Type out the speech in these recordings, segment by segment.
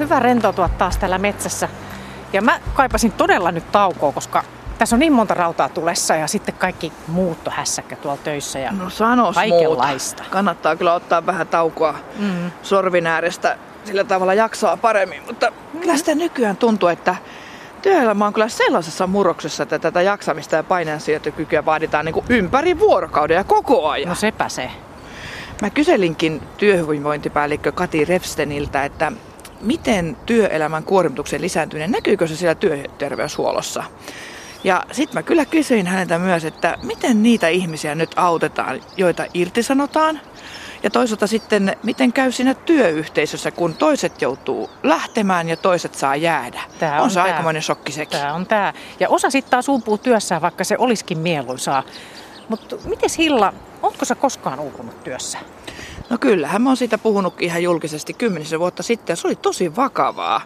hyvä rentoutua taas täällä metsässä. Ja mä kaipasin todella nyt taukoa, koska tässä on niin monta rautaa tulessa ja sitten kaikki muuttohässäkkä tuolla töissä ja kaikenlaista. Kannattaa kyllä ottaa vähän taukoa sorvin äärestä, sillä tavalla jaksaa paremmin. Mutta kyllä sitä nykyään tuntuu, että työelämä on kyllä sellaisessa murroksessa, että tätä jaksamista ja paineensietokykyä vaaditaan niin kuin ympäri vuorokauden ja koko ajan. No sepä se. Mä kyselinkin työhyvinvointipäällikkö Kati Refsteniltä, että miten työelämän kuormituksen lisääntyminen, näkyykö se siellä työterveyshuollossa? Ja sitten mä kyllä kysyin häneltä myös, että miten niitä ihmisiä nyt autetaan, joita irtisanotaan. Ja toisaalta sitten, miten käy siinä työyhteisössä, kun toiset joutuu lähtemään ja toiset saa jäädä. On se aikamoinen shokki sekin. Tämä on tämä. Ja osa sitten taas uupuu työssään, vaikka se olisikin mieluisaa. Mutta miten Hilla, ootko sä koskaan uupunut työssä? No kyllähän mä oon siitä puhunut ihan julkisesti 10 vuotta sitten ja se oli tosi vakavaa.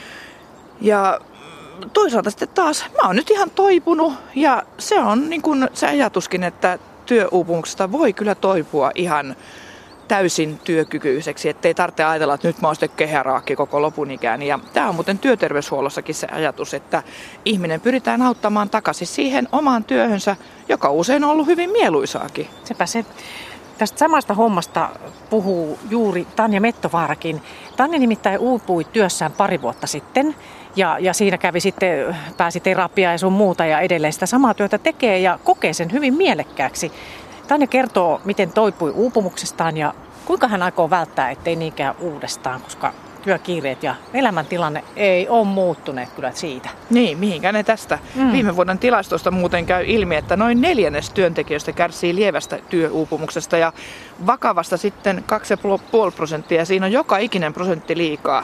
Ja toisaalta sitten taas mä oon nyt ihan toipunut ja se on niin kuin se ajatuskin, että työuupumuksesta voi kyllä toipua ihan täysin työkykyiseksi, ettei tarvitse ajatella, että nyt mä oon sitten kehäraakki koko lopun ikään. Ja tämä on muuten työterveyshuollossakin se ajatus, että ihminen pyritään auttamaan takaisin siihen omaan työhönsä, joka usein on ollut hyvin mieluisaakin. Sepä se. Tästä samasta hommasta puhuu juuri Tanja Mettovaarakin. Tanja nimittäin uupui työssään 2 vuotta sitten ja siinä pääsi terapiaan ja sun muuta ja edelleen sitä samaa työtä tekee ja kokee sen hyvin mielekkääksi. Tanja kertoo, miten toipui uupumuksestaan ja kuinka hän aikoo välttää, ettei niinkään uudestaan, koska työkiireet ja elämäntilanne ei ole muuttuneet kyllä siitä. Niin, mihinkään ne tästä. Viime vuoden tilastosta muuten käy ilmi, että noin 1/4 työntekijöistä kärsii lievästä työuupumuksesta ja vakavasta sitten 2,5%. Siinä on joka ikinen prosentti liikaa.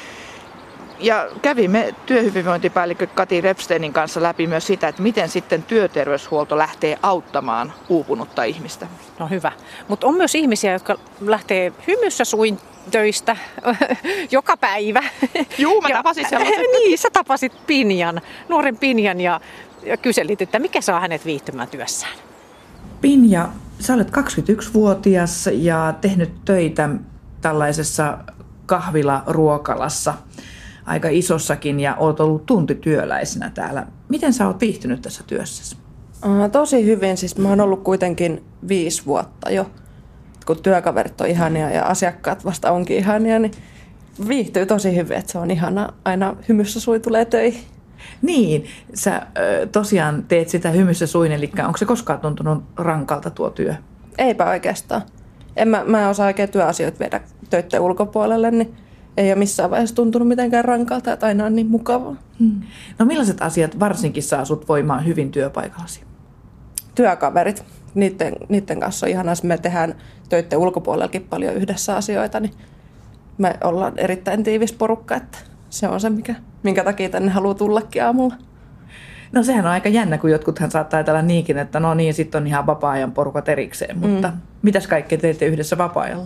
Ja kävimme työhyvinvointipäällikkö Kati Refstenin kanssa läpi myös sitä, että miten sitten työterveyshuolto lähtee auttamaan uupunutta ihmistä. No hyvä. Mutta on myös ihmisiä, jotka lähtee hymyssä suin töistä joka päivä. Juu, mä tapasin sellaisen. Niin, sä tapasit Pinjan, nuoren Pinjan ja kyselit, että mikä saa hänet viihtymään työssään. Pinja, sä olet 21-vuotias ja tehnyt töitä tällaisessa kahvilaruokalassa. Aika isossakin ja olet ollut tuntityöläisenä täällä. Miten sä oot viihtynyt tässä työssäsi? Tosi hyvin. Siis mä oon ollut kuitenkin 5 vuotta jo. Kun työkaverit on ihania ja asiakkaat vasta onkin ihania, niin viihtyy tosi hyvin. Että se on ihana. Aina hymyssä sui tulee töihin. Niin, sä tosiaan teet sitä hymyssä suin, eli onko se koskaan tuntunut rankalta tuo työ? Eipä oikeastaan. Mä en osaa oikein työasioita viedä töiden ulkopuolelle, niin ei ole missään vaiheessa tuntunut mitenkään rankalta, että aina on niin mukavaa. No millaiset asiat varsinkin saa sut voimaan hyvin työpaikallasi? Työkaverit. Niiden kanssa on ihanaa, me tehdään töiden ulkopuolellakin paljon yhdessä asioita, niin me ollaan erittäin tiivis porukka, että se on se, minkä takia tänne haluaa tullakin aamulla. No sehän on aika jännä, kun jotkuthan saattaa ajatella niinkin, että no niin, sitten on ihan vapaa-ajan porukat erikseen, mutta mitäs kaikkea teette yhdessä vapaa-ajalla?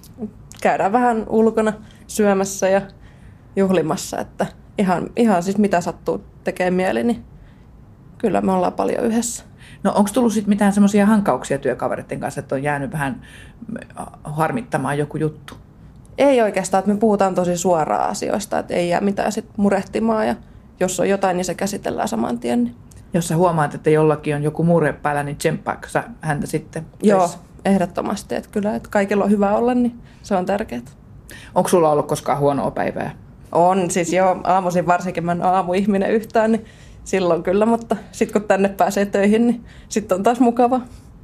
Käydään vähän ulkona syömässä ja juhlimassa, että ihan siis mitä sattuu tekee mieli, niin kyllä me ollaan paljon yhdessä. No onko tullut sitten mitään semmoisia hankauksia työkavereiden kanssa, että on jäänyt vähän harmittamaan joku juttu? Ei oikeastaan, että me puhutaan tosi suoraan asioista, että ei jää mitään sit murehtimaan ja jos on jotain, niin se käsitellään saman tien. Niin. Jos sä huomaat, että jollakin on joku murre päällä, niin tsemppaatko sä häntä sitten? Joo, ehdottomasti. Että kyllä, että kaikilla on hyvä olla, niin se on tärkeää. Onko sulla ollut koskaan huonoa päivää? On, siis joo, aamuisin varsinkin, mä en ole aamuihminen yhtään, niin silloin kyllä, mutta sitten kun tänne pääsee töihin, niin sitten on taas mukava.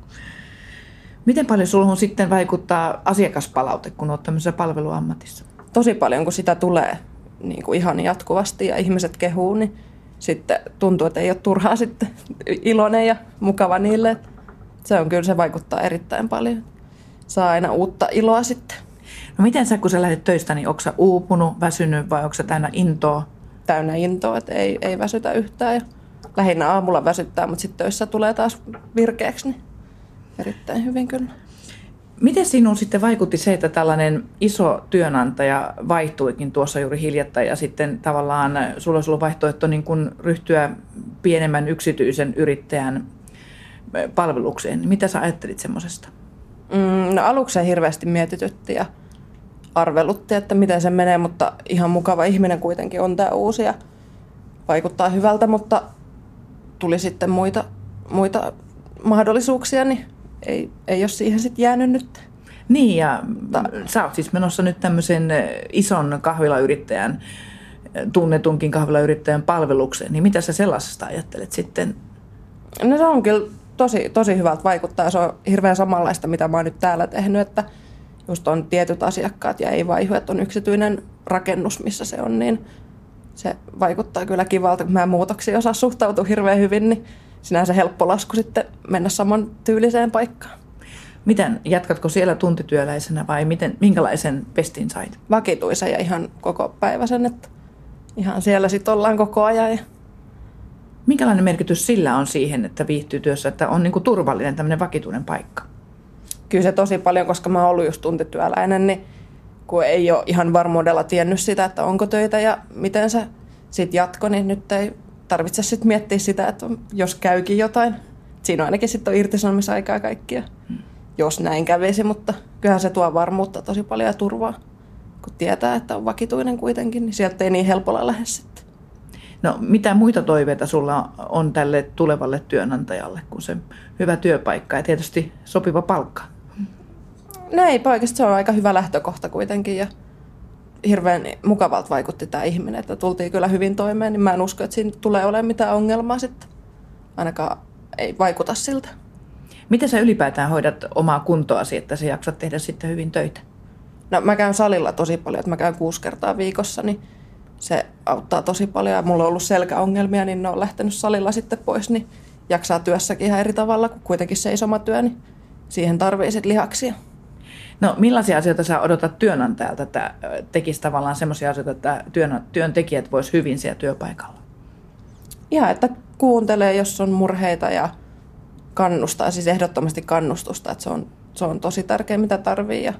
Miten paljon sulla sitten vaikuttaa asiakaspalaute, kun olet tämmöisessä palveluammatissa? Tosi paljon, kun sitä tulee niin kuin ihan jatkuvasti ja ihmiset kehuu, niin sitten tuntuu, että ei ole turhaa sitten iloinen ja mukava niille. Se on kyllä, se vaikuttaa erittäin paljon. Saa aina uutta iloa sitten. No miten sä, kun sä lähdet töistä, niin onko sä uupunut, väsynyt vai onko sä täynnä intoa? Täynnä intoa, että ei väsytä yhtään. Ja lähinnä aamulla väsyttää, mutta sitten töissä tulee taas virkeäksi, niin erittäin hyvin kyllä. Miten sinuun sitten vaikutti se, että tällainen iso työnantaja vaihtuikin tuossa juuri hiljattain ja sitten tavallaan sulla olisi ollut vaihtoehto niin kuin ryhtyä pienemmän yksityisen yrittäjän palvelukseen. Mitä sä ajattelit semmoisesta? No aluksi hirveästi mietitytti ja arvelutti, että miten se menee, mutta ihan mukava ihminen kuitenkin on tämä uusi ja vaikuttaa hyvältä, mutta tuli sitten muita mahdollisuuksia, niin ei ole siihen sitten jäänyt nyt. Niin, ja sä oot siis menossa nyt tämmöisen ison kahvilayrittäjän, tunnetunkin kahvilayrittäjän palvelukseen, niin mitä sä sellaisesta ajattelet sitten? No se on kyllä tosi hyvältä vaikuttaa ja se on hirveän samanlaista, mitä mä oon nyt täällä tehnyt, että just on tietyt asiakkaat ja ei vaihu, että on yksityinen rakennus, missä se on, niin se vaikuttaa kyllä kivalta, kun mä en muutoksiin osaa suhtautua hirveän hyvin, niin sinänsä helppo lasku sitten mennä saman tyyliseen paikkaan. Miten, jatkatko siellä tuntityöläisenä vai minkälaisen pestin sait? Vakituisen ja ihan koko päiväisen, että ihan siellä sitten ollaan koko ajan. Ja minkälainen merkitys sillä on siihen, että viihtyy työssä, että on niinku turvallinen tämmöinen vakituinen paikka? Kyllä se tosi paljon, koska mä oon ollut just tuntityöläinen, niin kun ei ole ihan varmuudella tiennyt sitä, että onko töitä ja miten se sitten jatko, niin nyt ei tarvitse sitten miettiä sitä, että jos käykin jotain. Siinä on ainakin sitten irtisanomisaikaa kaikkia, jos näin kävisi, mutta kyllähän se tuo varmuutta tosi paljon ja turvaa. Kun tietää, että on vakituinen kuitenkin, niin sieltä ei niin helpolla lähde sitten. No mitä muita toiveita sulla on tälle tulevalle työnantajalle kuin se hyvä työpaikka ja tietysti sopiva palkka? No ei oikeasti, se on aika hyvä lähtökohta kuitenkin ja hirveän mukavalta vaikutti tämä ihminen, että tultiin kyllä hyvin toimeen, niin mä en usko, että siinä tulee olemaan mitään ongelmaa sitten. Ainakaan ei vaikuta siltä. Miten sä ylipäätään hoidat omaa kuntoasi, että sä jaksat tehdä sitten hyvin töitä? No mä käyn salilla tosi paljon, että mä käyn 6 kertaa viikossa, niin se auttaa tosi paljon. Ja mulla on ollut selkäongelmia, niin ne on lähtenyt salilla sitten pois, niin jaksaa työssäkin ihan eri tavalla kuin kuitenkin seisomatyö, niin siihen tarvii sitten lihaksia. No millaisia asioita sä odotat työnantajalta, että tekisi tavallaan semmoisia asioita, että työntekijät vois hyvin siellä työpaikalla? Ihan, että kuuntelee, jos on murheita ja kannustaa, siis ehdottomasti kannustusta, että se on tosi tärkeä, mitä tarvii ja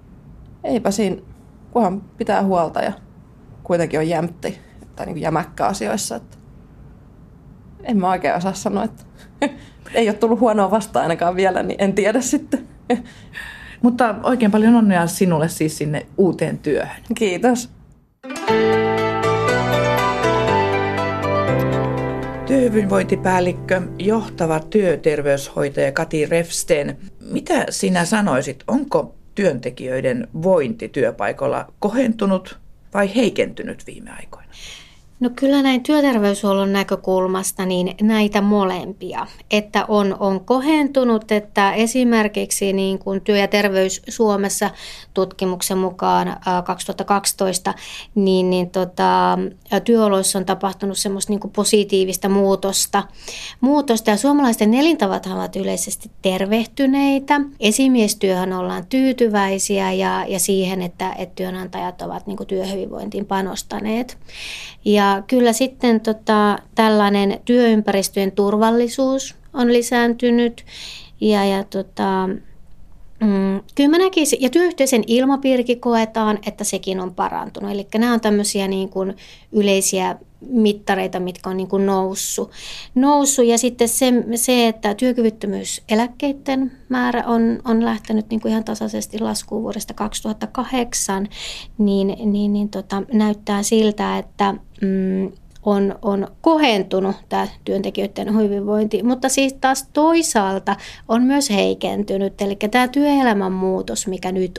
eipä siinä, kunhan pitää huolta ja kuitenkin on jämpti tai niin kuin jämäkkä asioissa. Että en mä oikein osaa sanoa, että ei ole tullut huonoa vastaan ainakaan vielä, niin en tiedä sitten. Mutta oikein paljon onnea sinulle siis sinne uuteen työhön. Kiitos. Työhyvinvointipäällikkö, johtava työterveyshoitaja Kati Refsten. Mitä sinä sanoisit, onko työntekijöiden vointi työpaikalla kohentunut vai heikentynyt viime aikoina? No kyllä näin työterveyshuollon näkökulmasta niin näitä molempia, että on kohentunut, että esimerkiksi niin kuin Työ- ja terveys Suomessa tutkimuksen mukaan 2012 työoloissa on tapahtunut semmoista niin kuin positiivista muutosta ja suomalaisten elintavathan ovat yleisesti tervehtyneitä. Esimiestyöhön ollaan tyytyväisiä ja siihen, että työnantajat ovat niin kuin työhyvinvointiin panostaneet. Ja kyllä sitten tällainen työympäristöjen turvallisuus on lisääntynyt kyllä mä näkisin, ja työyhteisön ilmapiirikin koetaan, että sekin on parantunut. Eli nämä on tämmöisiä niin kuin yleisiä mittareita, mitkä on niin kuin noussut. Ja sitten se, että työkyvyttömyyseläkkeiden määrä on lähtenyt niin kuin ihan tasaisesti laskuun vuodesta 2008, näyttää siltä, että on kohentunut tämä työntekijöiden hyvinvointi, mutta siis taas toisaalta on myös heikentynyt. Eli tämä työelämän muutos, mikä nyt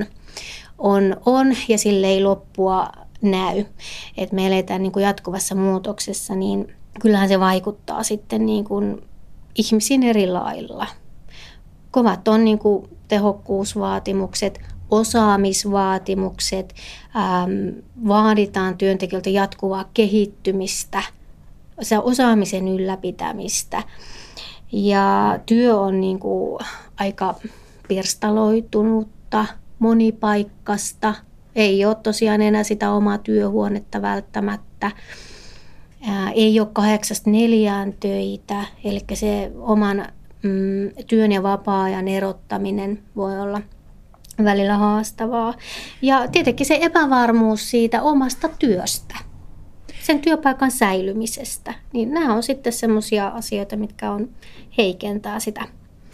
on ja sille ei loppua näy. Et me eletään niin kuin jatkuvassa muutoksessa, niin kyllähän se vaikuttaa sitten niin kuin ihmisiin eri lailla. Kovat on niin kuin tehokkuusvaatimukset, osaamisvaatimukset, vaaditaan työntekijöiltä jatkuvaa kehittymistä, osaamisen ylläpitämistä. Ja työ on niin kuin aika pirstaloitunutta, monipaikkasta. Ei ole tosiaan enää sitä omaa työhuonetta välttämättä. Ei ole 8-4 töitä, eli se oman työn ja vapaa-ajan erottaminen voi olla välillä haastavaa. Ja tietenkin se epävarmuus siitä omasta työstä, sen työpaikan säilymisestä, niin nämä on sitten semmoisia asioita, mitkä heikentää sitä.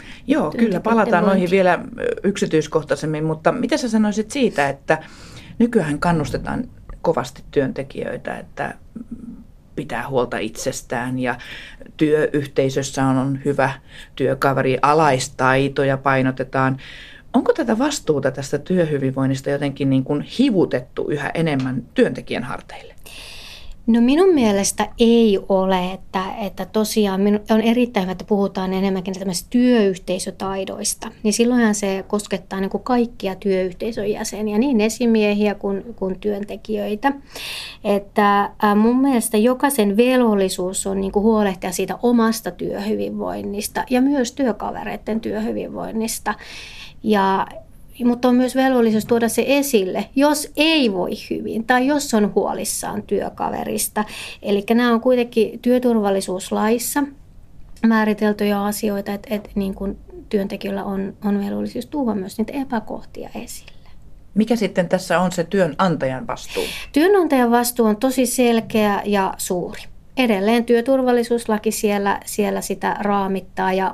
Joo, kyllä palataan noihin vielä yksityiskohtaisemmin, mutta mitä sä sanoisit siitä, että nykyään kannustetaan kovasti työntekijöitä, että pitää huolta itsestään ja työyhteisössä on hyvä työkaveri, alaistaitoja painotetaan. Onko tätä vastuuta tästä työhyvinvoinnista jotenkin niin kuin hivutettu yhä enemmän työntekijän harteille? No minun mielestä ei ole, että tosiaan on erittäin hyvä, että puhutaan enemmänkin tämmöisistä työyhteisötaidoista. Niin silloinhan se koskettaa niin kuin kaikkia työyhteisön jäseniä, niin esimiehiä kuin työntekijöitä. Että mun mielestä jokaisen velvollisuus on niin kuin huolehtia siitä omasta työhyvinvoinnista ja myös työkavereiden työhyvinvoinnista. Mutta on myös velvollisuus tuoda se esille, jos ei voi hyvin tai jos on huolissaan työkaverista. Eli nämä on kuitenkin työturvallisuuslaissa määriteltyjä asioita, että niin kuin työntekijöillä on velvollisuus tuoda myös niitä epäkohtia esille. Mikä sitten tässä on se työnantajan vastuu? Työnantajan vastuu on tosi selkeä ja suuri. Edelleen työturvallisuuslaki siellä sitä raamittaa ja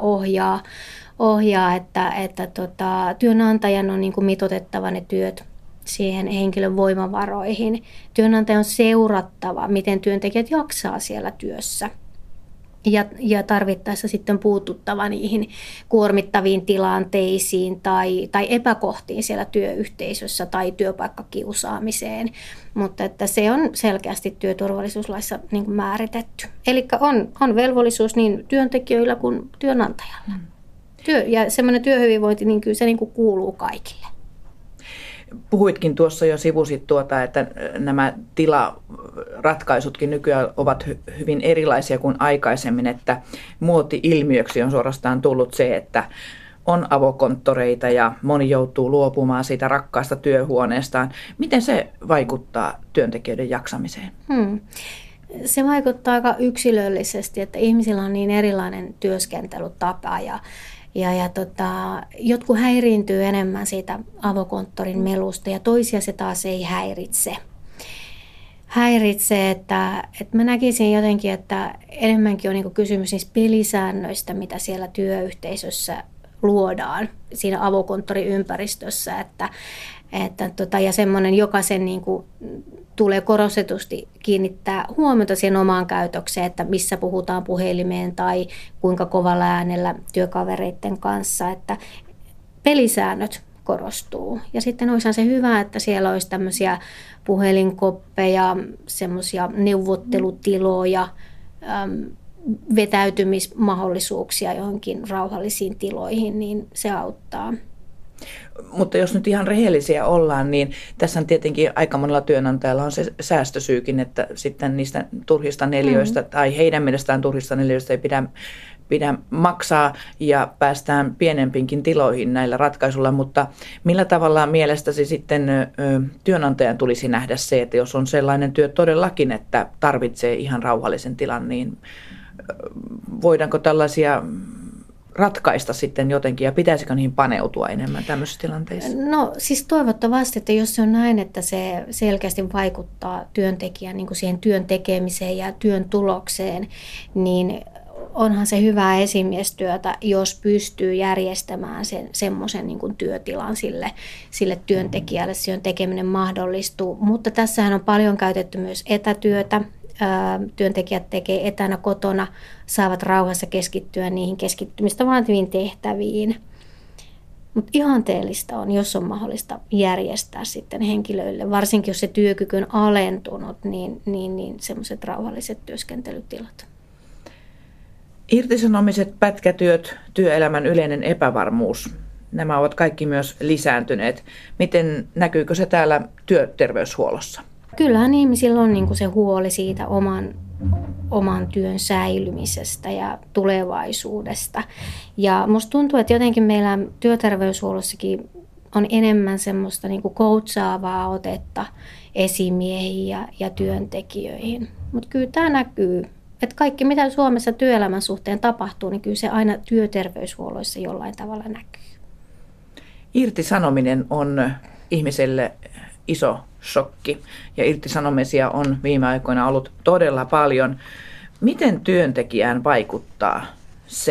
ohjaa, että työnantajan on niin kuin mitoitettava ne työt siihen henkilön voimavaroihin. Työnantajan on seurattava, miten työntekijät jaksaa siellä työssä. Ja tarvittaessa sitten puututtava niihin kuormittaviin tilanteisiin tai epäkohtiin siellä työyhteisössä tai työpaikkakiusaamiseen. Mutta että se on selkeästi työturvallisuuslaissa niin kuin määritetty. Eli on velvollisuus niin työntekijöillä kuin työnantajalla. Ja semmoinen työhyvinvointi, niin kyllä se niin kuin kuuluu kaikille. Puhuitkin tuossa jo, sivusit että nämä tilaratkaisutkin nykyään ovat hyvin erilaisia kuin aikaisemmin, että muoti-ilmiöksi on suorastaan tullut se, että on avokonttoreita ja moni joutuu luopumaan siitä rakkaasta työhuoneestaan. Miten se vaikuttaa työntekijöiden jaksamiseen? Se vaikuttaa aika yksilöllisesti, että ihmisillä on niin erilainen työskentelytapa ja jotkut häiriintyy enemmän siitä avokonttorin melusta ja toisia se taas ei häiritse, että mä näkisin jotenkin, että enemmänkin on niinku kysymys niistä pelisäännöistä, mitä siellä työyhteisössä luodaan siinä avokonttoriympäristössä, ja semmoinen jokaisen niinku tulee korostetusti kiinnittää huomiota siihen omaan käytökseen, että missä puhutaan puhelimeen tai kuinka kovalla äänellä työkavereiden kanssa, että pelisäännöt korostuu. Ja sitten olisihan se hyvä, että siellä olisi tämmöisiä puhelinkoppeja, semmoisia neuvottelutiloja, vetäytymismahdollisuuksia johonkin rauhallisiin tiloihin, niin se auttaa. Mutta jos nyt ihan rehellisiä ollaan, niin tässä on tietenkin aika monella työnantajalla on se säästösyykin, että sitten niistä turhista neliöistä tai heidän mielestään turhista neliöistä ei pidä maksaa ja päästään pienempinkin tiloihin näillä ratkaisuilla, mutta millä tavalla mielestäsi sitten työnantajan tulisi nähdä se, että jos on sellainen työ todellakin, että tarvitsee ihan rauhallisen tilan, niin voidaanko tällaisia ratkaista sitten jotenkin ja pitäisikö niihin paneutua enemmän tämmöisissä tilanteissa? No siis toivottavasti, että jos se on näin, että se selkeästi vaikuttaa työntekijän niin kuin siihen työn tekemiseen ja työn tulokseen, niin onhan se hyvää esimiestyötä, jos pystyy järjestämään semmoisen niin kuin työtilan sille työntekijälle, työn tekeminen mahdollistuu. Mutta tässähän on paljon käytetty myös etätyötä. Työntekijät tekee etänä kotona, saavat rauhassa keskittyä niihin keskittymistä vaativiin tehtäviin. Mutta ihanteellista on, jos on mahdollista järjestää sitten henkilöille, varsinkin jos se työkyky on alentunut, niin semmoiset rauhalliset työskentelytilat. Irtisanomiset, pätkätyöt, työelämän yleinen epävarmuus, nämä ovat kaikki myös lisääntyneet. Miten näkyykö se täällä työterveyshuollossa? Kyllähän ihmisillä on niin kuin se huoli siitä oman työn säilymisestä ja tulevaisuudesta. Ja musta tuntuu, että jotenkin meillä työterveyshuollossakin on enemmän semmoista niin kuin coachaavaa otetta esimiehiin ja työntekijöihin. Mutta kyllä tämä näkyy, että kaikki mitä Suomessa työelämän suhteen tapahtuu, niin kyllä se aina työterveyshuolloissa jollain tavalla näkyy. Irtisanominen on ihmiselle iso shokki ja irtisanomisia on viime aikoina ollut todella paljon. Miten työntekijään vaikuttaa se,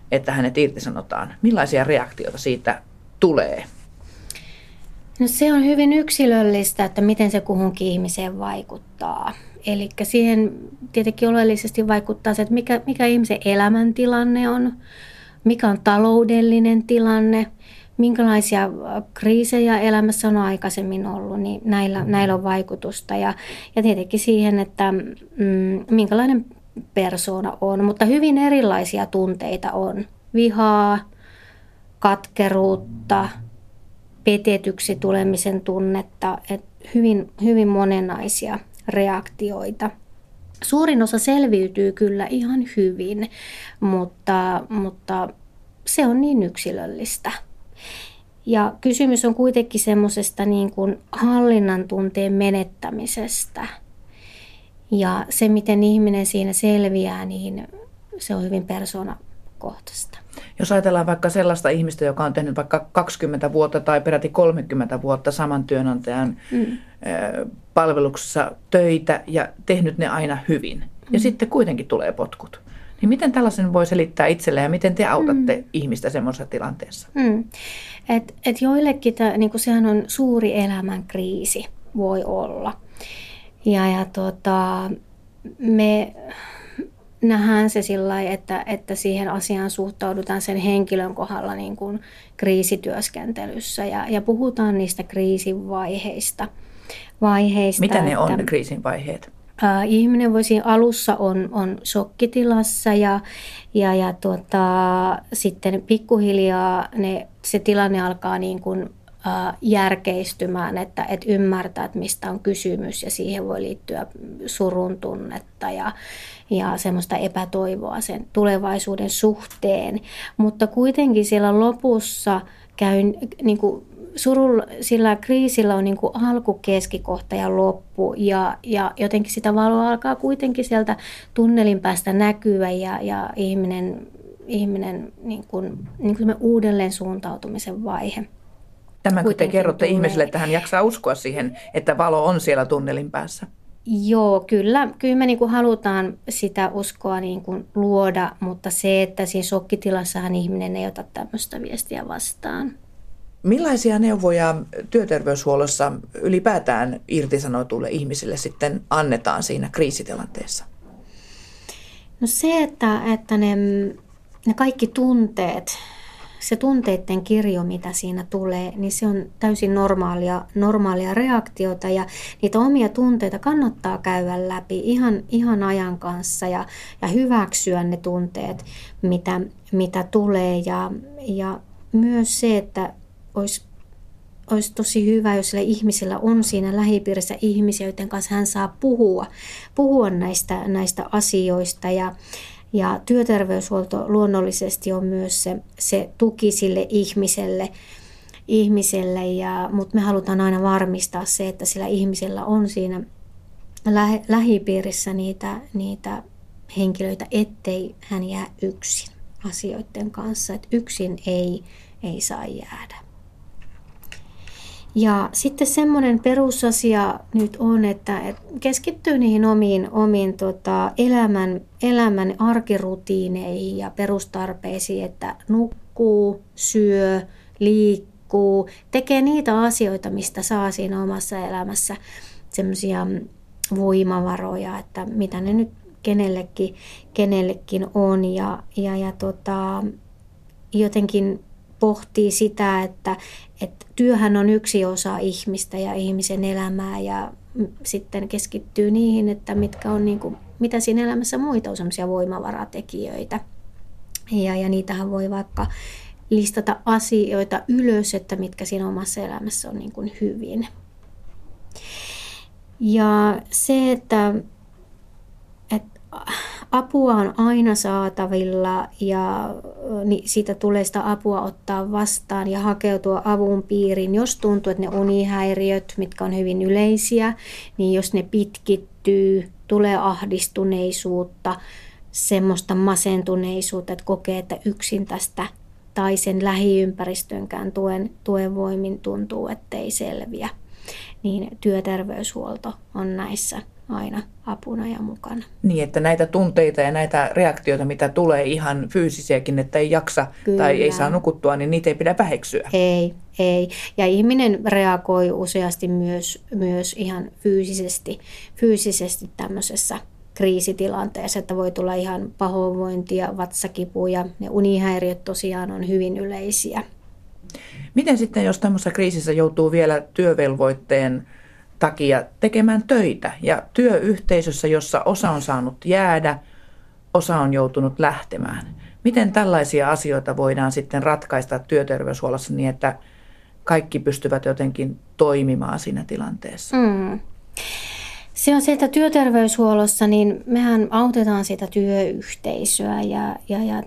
että hänet irtisanotaan? Millaisia reaktioita siitä tulee? No se on hyvin yksilöllistä, että miten se kuhunkin ihmiseen vaikuttaa. Eli siihen tietenkin oleellisesti vaikuttaa se, että mikä ihmisen elämäntilanne on, mikä on taloudellinen tilanne, minkälaisia kriisejä elämässä on aikaisemmin ollut, niin näillä on vaikutusta. Ja tietenkin siihen, että minkälainen persoona on, mutta hyvin erilaisia tunteita on. Vihaa, katkeruutta, petetyksi tulemisen tunnetta, että hyvin monenlaisia reaktioita. Suurin osa selviytyy kyllä ihan hyvin, mutta se on niin yksilöllistä. Ja kysymys on kuitenkin semmoisesta niin kuin hallinnan tunteen menettämisestä. Ja se, miten ihminen siinä selviää, niin se on hyvin persoonakohtaista. Jos ajatellaan vaikka sellaista ihmistä, joka on tehnyt vaikka 20 vuotta tai peräti 30 vuotta saman työnantajan palveluksessa töitä ja tehnyt ne aina hyvin. Ja sitten kuitenkin tulee potkut. Niin miten tällaisen voi selittää itselle ja miten te autatte ihmistä semmoisessa tilanteessa? Et joillekin niin sehän on suuri elämän kriisi voi olla. Me nähdään se sillä lailla, että siihen asiaan suhtaudutaan sen henkilön kohdalla niin kuin kriisityöskentelyssä ja puhutaan niistä kriisin vaiheista. Mitä ne on, kriisin vaiheet? Ihminen voisi alussa on shokkitilassa ja sitten pikkuhiljaa se tilanne alkaa niin kuin järkeistymään, että ymmärtää, että mistä on kysymys ja siihen voi liittyä surun tunnetta ja semmoista epätoivoa sen tulevaisuuden suhteen. Mutta kuitenkin siellä lopussa niin kuin sillä kriisillä on niin kuin alku, keskikohta ja loppu ja jotenkin sitä valoa alkaa kuitenkin sieltä tunnelin päästä näkyä ja ihminen niin kuin uudelleen suuntautumisen vaihe. Tämän kun te kerrotte ihmiselle, että hän jaksaa uskoa siihen, että valo on siellä tunnelin päässä. Joo, kyllä me niin kuin halutaan sitä uskoa niin kuin luoda, mutta se, että siinä shokkitilassahan ihminen ei ota tämmöistä viestiä vastaan. Millaisia neuvoja työterveyshuollossa ylipäätään irtisanotuille ihmisille sitten annetaan siinä kriisitilanteessa? No se, että ne kaikki tunteet, se tunteiden kirjo, mitä siinä tulee, niin se on täysin normaalia reaktiota ja niitä omia tunteita kannattaa käydä läpi ihan ajan kanssa ja hyväksyä ne tunteet, mitä tulee ja myös se, että olisi tosi hyvä, jos sillä ihmisellä on siinä lähipiirissä ihmisiä, joiden kanssa hän saa puhua näistä asioista ja työterveyshuolto luonnollisesti on myös se tuki sille ihmiselle mutta me halutaan aina varmistaa se, että sillä ihmisellä on siinä lähipiirissä niitä henkilöitä, ettei hän jää yksin asioiden kanssa, että yksin ei saa jäädä. Ja sitten semmoinen perusasia nyt on, että keskittyy niihin omiin elämän arkirutiineihin ja perustarpeisiin, että nukkuu, syö, liikkuu, tekee niitä asioita, mistä saa siinä omassa elämässä semmoisia voimavaroja, että mitä ne nyt kenellekin on ja jotenkin pohtii sitä, että työhän on yksi osa ihmistä ja ihmisen elämää ja sitten keskittyy niihin, että mitkä on niin kuin, mitä siinä elämässä muita on semmoisia voimavaratekijöitä. Ja niitähän voi vaikka listata asioita ylös, että mitkä siinä omassa elämässä on niin kuin hyvin. Ja se, että apua on aina saatavilla ja siitä tulee sitä apua ottaa vastaan ja hakeutua avun piiriin. Jos tuntuu, että ne unihäiriöt, mitkä on hyvin yleisiä, niin jos ne pitkittyy, tulee ahdistuneisuutta, semmoista masentuneisuutta, että kokee, että yksin tästä tai sen lähiympäristönnkään tuen voimin tuntuu, ettei selviä, niin työterveyshuolto on näissä aina apuna ja mukana. Niin, että näitä tunteita ja näitä reaktioita, mitä tulee ihan fyysisiäkin, että ei jaksa Kyllä. tai ei saa nukuttua, niin niitä ei pidä väheksyä. Ei. Ja ihminen reagoi useasti myös ihan fyysisesti tämmöisessä kriisitilanteessa, että voi tulla ihan pahoinvointia, vatsakipuja. Ne unihäiriöt tosiaan on hyvin yleisiä. Miten sitten, jos tämmöisessä kriisissä joutuu vielä työvelvoitteen takia tekemään töitä ja työyhteisössä, jossa osa on saanut jäädä, osa on joutunut lähtemään? Miten tällaisia asioita voidaan sitten ratkaista työterveyshuollossa niin, että kaikki pystyvät jotenkin toimimaan siinä tilanteessa? Se on se, että työterveyshuollossa niin mehän autetaan sitä työyhteisöä ja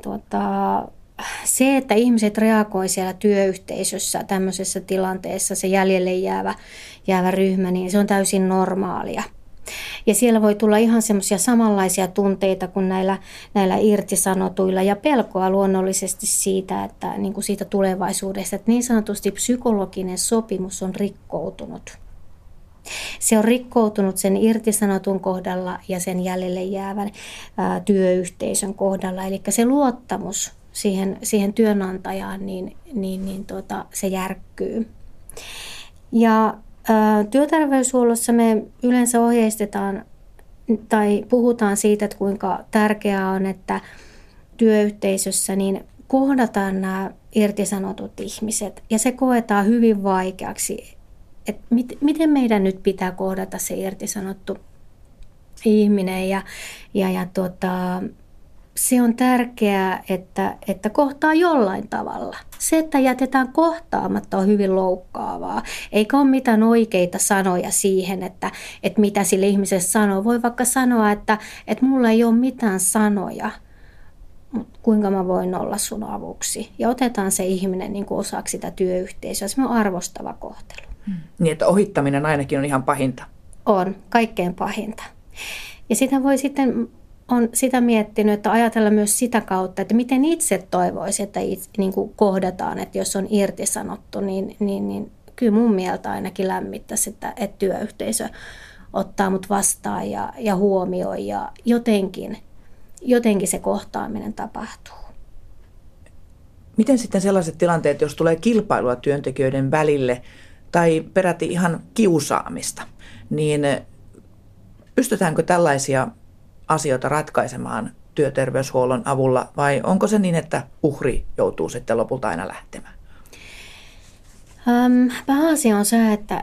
se, että ihmiset reagoi siellä työyhteisössä tämmöisessä tilanteessa, se jäljelle jäävä ryhmä, niin se on täysin normaalia. Ja siellä voi tulla ihan semmoisia samanlaisia tunteita kuin näillä irtisanotuilla ja pelkoa luonnollisesti siitä, että niin kuin siitä tulevaisuudesta, että niin sanotusti psykologinen sopimus on rikkoutunut. Se on rikkoutunut sen irtisanotun kohdalla ja sen jäljelle jäävän työyhteisön kohdalla, eli se luottamus siihen työnantajaan, se järkkyy. Ja työterveyshuollossa me yleensä ohjeistetaan tai puhutaan siitä, että kuinka tärkeää on, että työyhteisössä niin kohdataan nämä irtisanotut ihmiset ja se koetaan hyvin vaikeaksi, että miten meidän nyt pitää kohdata se irtisanottu ihminen ja se on tärkeää, että kohtaa jollain tavalla. Se, että jätetään kohtaamatta, on hyvin loukkaavaa. Eikä ole mitään oikeita sanoja siihen, että mitä sille ihmiselle sanoo. Voi vaikka sanoa, että mulla ei ole mitään sanoja, mutta kuinka mä voin olla sun avuksi. Ja otetaan se ihminen niin kuin osaksi sitä työyhteisöä. Se on arvostava kohtelu. Niin, että ohittaminen ainakin on ihan pahinta. On, kaikkein pahinta. Ja sitä voi sitten... Olen sitä miettinyt, että ajatella myös sitä kautta, että miten itse toivoisi, että niin kuin kohdataan, että jos on irtisanottu, niin kyllä mun mieltä ainakin lämmittäisi, että työyhteisö ottaa mut vastaan ja huomioi ja jotenkin se kohtaaminen tapahtuu. Miten sitten sellaiset tilanteet, jos tulee kilpailua työntekijöiden välille tai peräti ihan kiusaamista, niin pystytäänkö tällaisia asioita ratkaisemaan työterveyshuollon avulla vai onko se niin, että uhri joutuu sitten lopulta aina lähtemään? Pääasia on se, että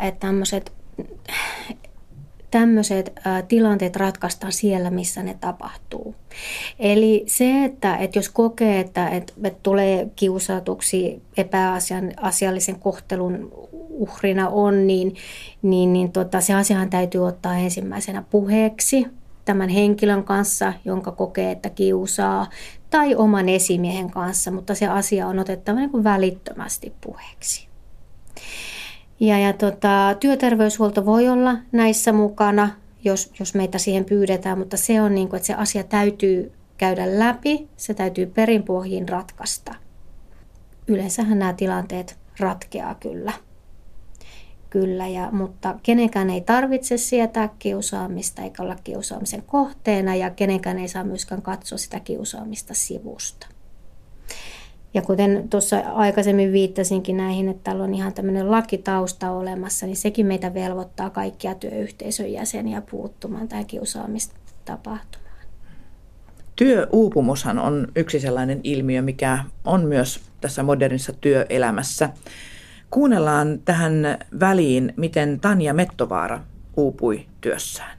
tämmöiset tilanteet ratkaistaan siellä, missä ne tapahtuu. Eli se, että jos kokee, että tulee kiusatuksi epäasiallisen kohtelun uhrina on, niin se asiahan täytyy ottaa ensimmäisenä puheeksi tämän henkilön kanssa, jonka kokee, että kiusaa, tai oman esimiehen kanssa, mutta se asia on otettava niin kuin välittömästi puheeksi. Työterveyshuolto voi olla näissä mukana, jos meitä siihen pyydetään, mutta se on niin kuin, että se asia täytyy käydä läpi, se täytyy perinpohjiin ratkaista. Yleensähän nämä tilanteet ratkeaa kyllä, mutta kenenkään ei tarvitse sietää kiusaamista eikä olla kiusaamisen kohteena ja kenenkään ei saa myöskään katsoa sitä kiusaamista sivusta. Ja kuten tuossa aikaisemmin viittasinkin näihin, että täällä on ihan tämmöinen lakitausta olemassa, niin sekin meitä velvoittaa kaikkia työyhteisön jäseniä puuttumaan tähän kiusaamistapahtumaan. Työuupumushan on yksi sellainen ilmiö, mikä on myös tässä modernissa työelämässä. Kuunnellaan tähän väliin, miten Tanja Mettovaara uupui työssään.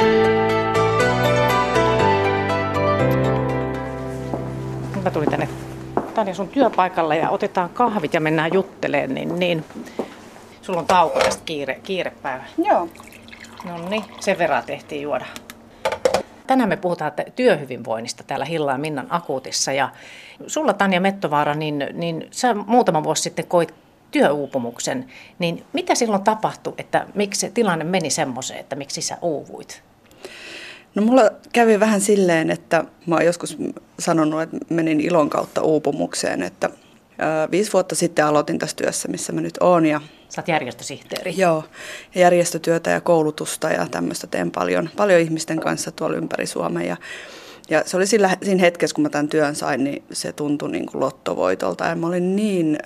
Mä tulin tänne Tanja sun työpaikalle ja otetaan kahvit ja mennään juttelemaan, niin sulla on tauko tästä kiirepäivä. Joo. No niin, sen verran tehtiin juoda. Tänään me puhutaan työhyvinvoinnista täällä Hilla ja Minnan akuutissa ja sulla Tanja Mettovaara, niin sä muutama vuosi sitten koit työuupumuksen, niin mitä silloin tapahtui, että miksi se tilanne meni semmoiseen, että miksi sä uuvuit? No mulla kävi vähän silleen, että mä oon joskus sanonut, että menin ilon kautta uupumukseen, että 5 vuotta sitten aloitin tässä työssä, missä mä nyt oon. Ja sä oot järjestösihteeri. Joo, järjestötyötä ja koulutusta ja tämmöistä teen paljon ihmisten kanssa tuolla ympäri Suomea. Ja se oli siinä hetkessä, kun mä tämän työn sain, niin se tuntui niin kuin lottovoitolta. Ja mä olin niin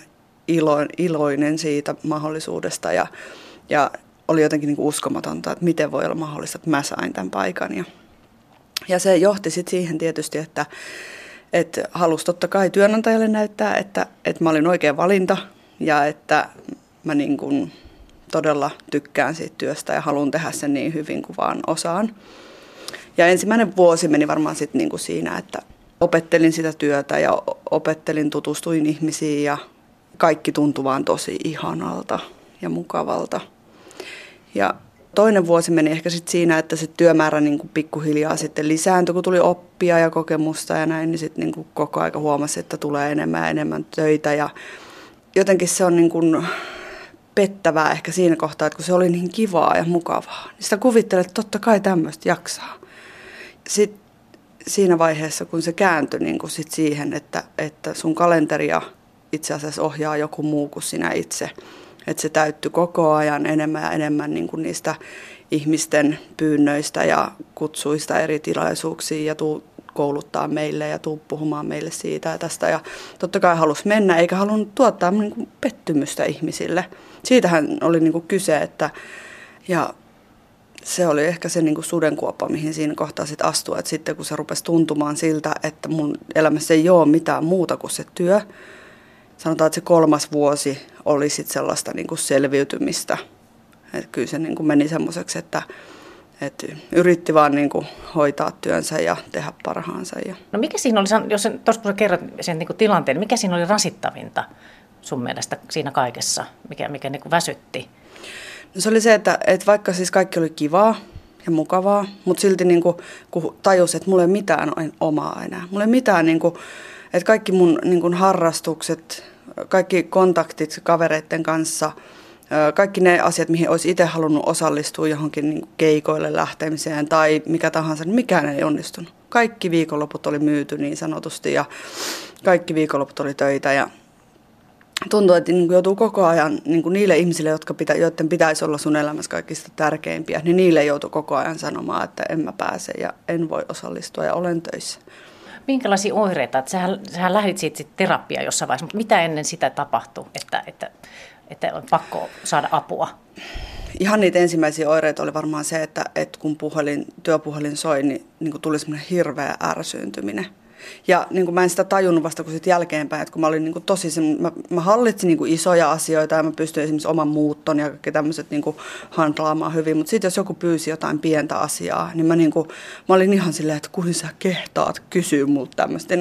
iloinen siitä mahdollisuudesta ja oli jotenkin niin kuin uskomatonta, että miten voi olla mahdollista, että mä sain tämän paikan. Ja se johti sitten siihen tietysti, että halusi totta kai työnantajalle näyttää, että mä olin oikea valinta ja että mä niin kuin todella tykkään siitä työstä ja haluan tehdä sen niin hyvin kuin vaan osaan. Ja ensimmäinen vuosi meni varmaan sitten niin kuin siinä, että opettelin sitä työtä ja tutustuin ihmisiin ja kaikki tuntui vaan tosi ihanalta ja mukavalta. Ja toinen vuosi meni ehkä sitten siinä, että se työmäärä niin kuin pikkuhiljaa sitten lisääntyi, kun tuli oppia ja kokemusta ja näin, niin sitten niin kuin koko aika huomasi, että tulee enemmän ja enemmän töitä. Ja jotenkin se on niin kuin pettävää ehkä siinä kohtaa, että kun se oli niin kivaa ja mukavaa, niin sitä kuvittelee, että totta kai tämmöistä jaksaa. Sitten siinä vaiheessa, kun se kääntyi niin kuin sit siihen, että sun kalenteria itse asiassa ohjaa joku muu kuin sinä itse, että se täyttyi koko ajan enemmän ja enemmän niin kuin niistä ihmisten pyynnöistä ja kutsuista eri tilaisuuksiin ja tuu kouluttaa meille ja tuu puhumaan meille siitä ja tästä. Ja totta kai halusi mennä eikä halunnut tuottaa niin kuin pettymystä ihmisille. Siitähän oli niin kuin kyse, ja se oli ehkä se niin kuin sudenkuoppa, mihin siinä kohtaa sitten astui. Että sitten kun se rupesi tuntumaan siltä, että mun elämässä ei ole mitään muuta kuin se työ, sanotaan, että se 3. vuosi oli sitten sellaista niin kuin selviytymistä. Että kyllä se niin kuin meni semmoiseksi, että yritti vaan niin kuin hoitaa työnsä ja tehdä parhaansa. No mikä siinä oli, jos tuossa kun sä kerrot sen niin kuin tilanteen, mikä siinä oli rasittavinta sun mielestä siinä kaikessa, mikä niin kuin väsytti? No se oli se, että vaikka siis kaikki oli kivaa ja mukavaa, mutta silti niin kuin, kun tajusin, että mulla ei ole mitään omaa enää. Mulla ei ole mitään, niin kuin, että kaikki mun niin kuin harrastukset, kaikki kontaktit kavereiden kanssa, kaikki ne asiat, mihin olisi itse halunnut osallistua johonkin niin kuin keikoille lähtemiseen tai mikä tahansa, niin mikään ei onnistunut. Kaikki viikonloput oli myyty niin sanotusti ja kaikki viikonloput oli töitä ja tuntuu, että niin joutuu koko ajan niin niille ihmisille, joiden pitäisi olla sun elämässä kaikista tärkeimpiä, niin niille joutuu koko ajan sanomaan, että en mä pääse ja en voi osallistua ja olen töissä. Minkälaisia oireita? Että sähän lähdit siitä terapiaan jossain vaiheessa, mutta mitä ennen sitä tapahtui, että on pakko saada apua? Ihan niitä ensimmäisiä oireita oli varmaan se, että kun työpuhelin soi, niin tuli semmoinen hirveä ärsyyntyminen. Ja niin kuin mä en sitä tajunnut vasta kuin sitten jälkeenpäin, että kun mä olin niin kuin mä hallitsin niin kuin isoja asioita ja mä pystyin esimerkiksi oman muutton ja kaikki tämmöiset niin kuin handlaamaan hyvin. Mutta sitten jos joku pyysi jotain pientä asiaa, niin mä olin ihan silleen, että kun sä kehtaat kysyä multa tämmöistä.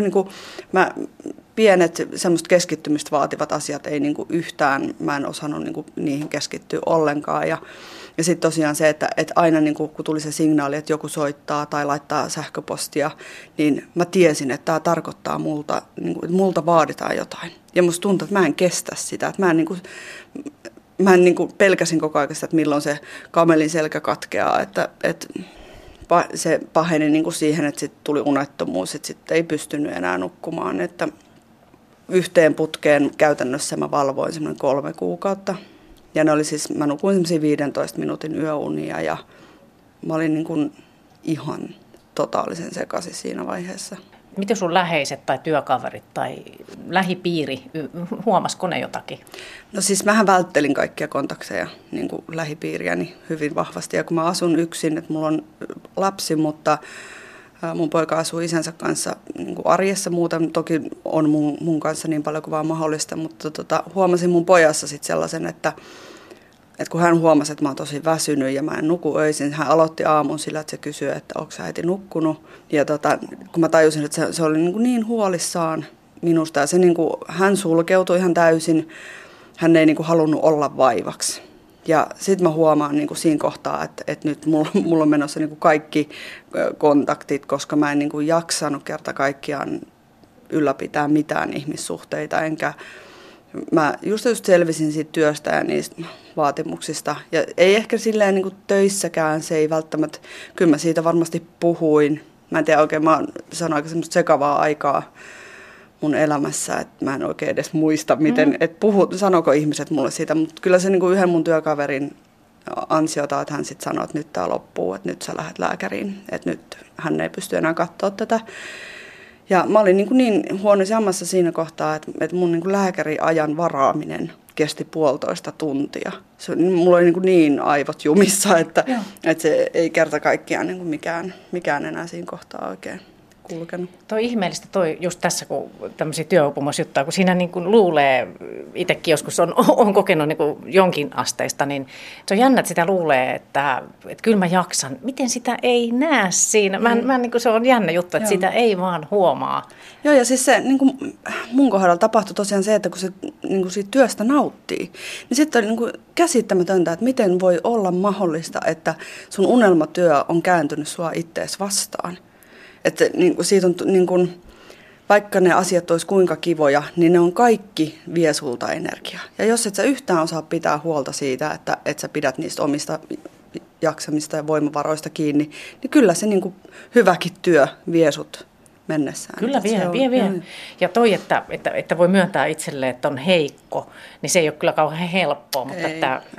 Pienet semmoista keskittymistä vaativat asiat ei niin kuin yhtään, mä en osannut niin kuin niihin keskittyä ollenkaan. Ja sitten tosiaan se, että aina niin kun tuli se signaali, että joku soittaa tai laittaa sähköpostia, niin mä tiesin, että tämä tarkoittaa multa, että multa vaaditaan jotain. Ja musta tuntuu, että mä en kestä sitä. Että mä en pelkäsin koko ajan sitä, että milloin se kamelin selkä katkeaa. Että se paheni niin kuin siihen, että sitten tuli unettomuus, että sitten ei pystynyt enää nukkumaan. Että yhteen putkeen käytännössä mä valvoin semmoinen 3 kuukautta. Ja ne oli siis, mä nukuin semmoisia 15 minuutin yöunia ja mä olin niin kuin ihan totaalisen sekaisin siinä vaiheessa. Miten sun läheiset tai työkaverit tai lähipiiri, huomasiko ne jotakin? No siis mähän välttelin kaikkia kontakteja, niin kuin lähipiiriäni hyvin vahvasti. Ja kun mä asun yksin, että mulla on lapsi, mutta mun poika asuu isänsä kanssa niin kuin arjessa muuten. Toki on mun kanssa niin paljon kuin vaan mahdollista, mutta huomasin mun pojassa sitten sellaisen, että kun hän huomasi, että mä oon tosi väsynyt ja mä en nuku öisin, hän aloitti aamun sillä, että se kysyi, että onko sä äiti nukkunut. Ja kun mä tajusin, että se oli niin huolissaan minusta ja se hän sulkeutui ihan täysin, hän ei halunnut olla vaivaksi. Ja sitten mä huomaan siinä kohtaa, että nyt mulla on menossa kaikki kontaktit, koska mä en jaksanut kerta kaikkiaan ylläpitää mitään ihmissuhteita, enkä mä just selvisin siitä työstä ja niistä vaatimuksista. Ja ei ehkä silleen töissäkään, se ei välttämättä, kyllä mä siitä varmasti puhuin. Mä en tiedä oikein, se on aika semmoista sekavaa aikaa mun elämässä, että mä en oikein edes muista, miten, sanoko ihmiset mulle siitä, mutta kyllä se niin kuin yhden mun työkaverin ansiota, että hän sitten sanoi, että nyt tämä loppuu, että nyt sä lähdet lääkäriin, että nyt hän ei pysty enää katsoa tätä. Ja mä olin niin huonossa jamassa siinä kohtaa, että mun niin lääkäriajan varaaminen kesti 1,5 tuntia. Mulla oli niin aivot jumissa, että se ei kerta kaikkiaan niin mikään enää siinä kohtaa oikein kulkenut. Toi ihmeellistä just tässä, kun tämmöisiä työuupumusjuttuja, kun siinä niin kuin luulee, itsekin joskus on kokenut niin kuin jonkin asteista, niin se on jännä, että sitä luulee, että kyllä mä jaksan. Miten sitä ei näe siinä? Niin kuin se on jännä juttu, että sitä ei vaan huomaa. Joo, ja siis se niin kuin mun kohdalla tapahtui tosiaan se, että kun se niin kuin siitä työstä nauttii, niin sitten oli niin kuin käsittämätöntä, että miten voi olla mahdollista, että sun unelmatyö on kääntynyt sua ittees vastaan. Että niin siitä on, niin kuin, vaikka ne asiat olisi kuinka kivoja, niin ne on kaikki vie sulta energiaa. Ja jos et sä yhtään osaa pitää huolta siitä, että sä pidät niistä omista jaksamista ja voimavaroista kiinni, niin kyllä se niin kuin hyväkin työ vie sut mennessään. Kyllä vie. Ja toi, että voi myöntää itselle, että on heikko, niin se ei ole kyllä kauhean helppoa. Mutta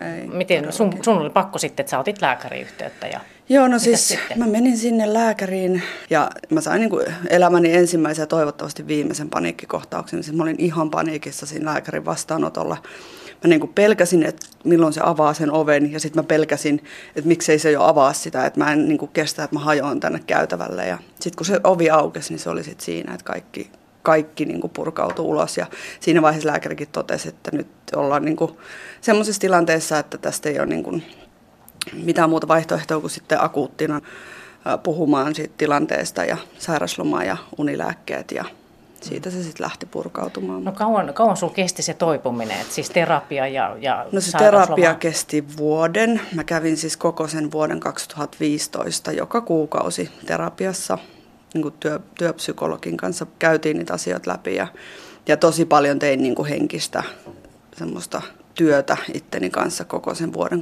miten sun oli pakko sitten, että sä otit lääkäriyhteyttä ja... Joo, no siis sitten? Mä menin sinne lääkäriin ja mä sain niin kuin elämäni ensimmäisen ja toivottavasti viimeisen paniikkikohtauksen. Siis mä olin ihan paniikissa siinä lääkärin vastaanotolla. Mä niin kuin pelkäsin, että milloin se avaa sen oven ja sitten mä pelkäsin, että miksei se jo avaa sitä, että mä en niin kuin kestä, että mä hajoan tänne käytävälle. Ja sitten kun se ovi aukesi, niin se oli sitten siinä, että kaikki niin kuin purkautui ulos. Ja siinä vaiheessa lääkärikin totesi, että nyt ollaan niin kuin semmoisessa tilanteessa, että tästä ei ole niin kuin mitään muuta vaihtoehtoa kuin sitten akuuttina puhumaan siitä tilanteesta ja sairaslomaa ja unilääkkeet ja siitä se sitten lähti purkautumaan. No kauan sulla kesti se toipuminen, että siis terapia ja No se terapia kesti vuoden. Mä kävin siis koko sen vuoden 2015 joka kuukausi terapiassa. Niin kuin työpsykologin kanssa käytiin niitä asioita läpi ja tosi paljon tein niin kuin henkistä semmoista työtä itteni kanssa koko sen vuoden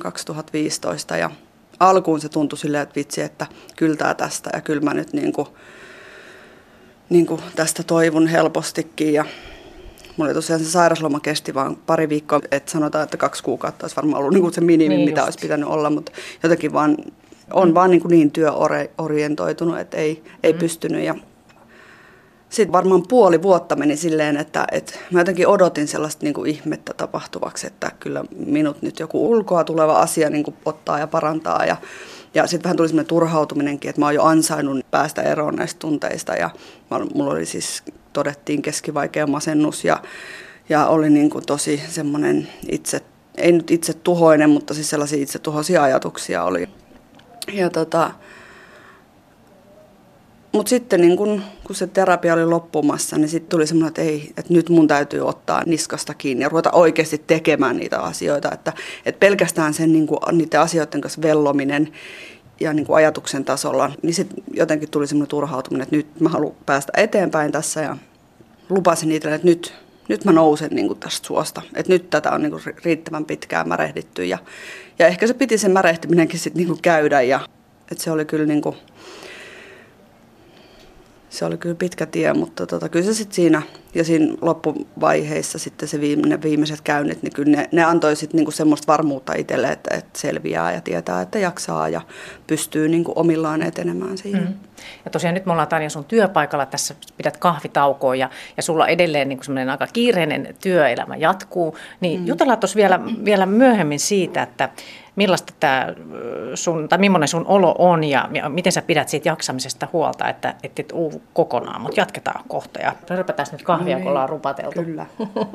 2015 ja alkuun se tuntui silleen, että vitsi, että kyltää tästä ja kyllä mä nyt niin kuin tästä toivon helpostikin ja mulla oli tosiaan se sairasloma kesti vaan pari viikkoa, että sanotaan, että 2 kuukautta olisi varmaan ollut niin kuin se minimi, niin mitä olisi pitänyt olla, mutta jotenkin vaan on vaan niin työorientoitunut, että ei pystynyt ja sitten varmaan 0,5 vuotta meni silleen, että mä jotenkin odotin sellaista niin kuin ihmettä tapahtuvaksi, että kyllä minut nyt joku ulkoa tuleva asia niin kuin ottaa ja parantaa. Ja sitten vähän tuli semmoinen turhautuminenkin, että mä oon jo ansainnut päästä eroon näistä tunteista. Ja mulla oli siis, todettiin keskivaikea masennus ja oli niin kuin tosi semmoinen ei nyt itse tuhoinen, mutta siis sellaisia itsetuhoisia ajatuksia oli. Ja mutta sitten niin kun se terapia oli loppumassa, niin sitten tuli semmoinen, että nyt mun täytyy ottaa niskasta kiinni ja ruveta oikeasti tekemään niitä asioita. Että pelkästään sen niin kun, niiden asioiden kanssa vellominen ja niin kun ajatuksen tasolla, niin sitten jotenkin tuli semmoinen turhautuminen, että nyt mä haluan päästä eteenpäin tässä ja lupasin niitä, että nyt mä nousen niin kun tästä suosta. Että nyt tätä on niin kun riittävän pitkään märehditty ja ehkä se piti sen märehtiminenkin sitten niin kun käydä ja että se oli kyllä niin kun, se oli kyllä pitkä tie, mutta kyllä se sitten siinä loppuvaiheissa sitten se viimeiset käynnit, niin kyllä ne antoi sitten niinku semmoista varmuutta itselle, että selviää ja tietää, että jaksaa ja pystyy niinku omillaan etenemään siinä. Ja tosiaan nyt me ollaan Tanja sun työpaikalla, tässä pidät kahvitaukoa ja sulla edelleen niinku semmoinen aika kiireinen työelämä jatkuu, niin jutellaan tuossa vielä myöhemmin siitä, että millaista millainen sun olo on ja miten sä pidät siitä jaksamisesta huolta, että et uuvu kokonaan, mutta jatketaan kohta ja röpätään nyt kahvia, kun ollaan rupateltu. Kyllä.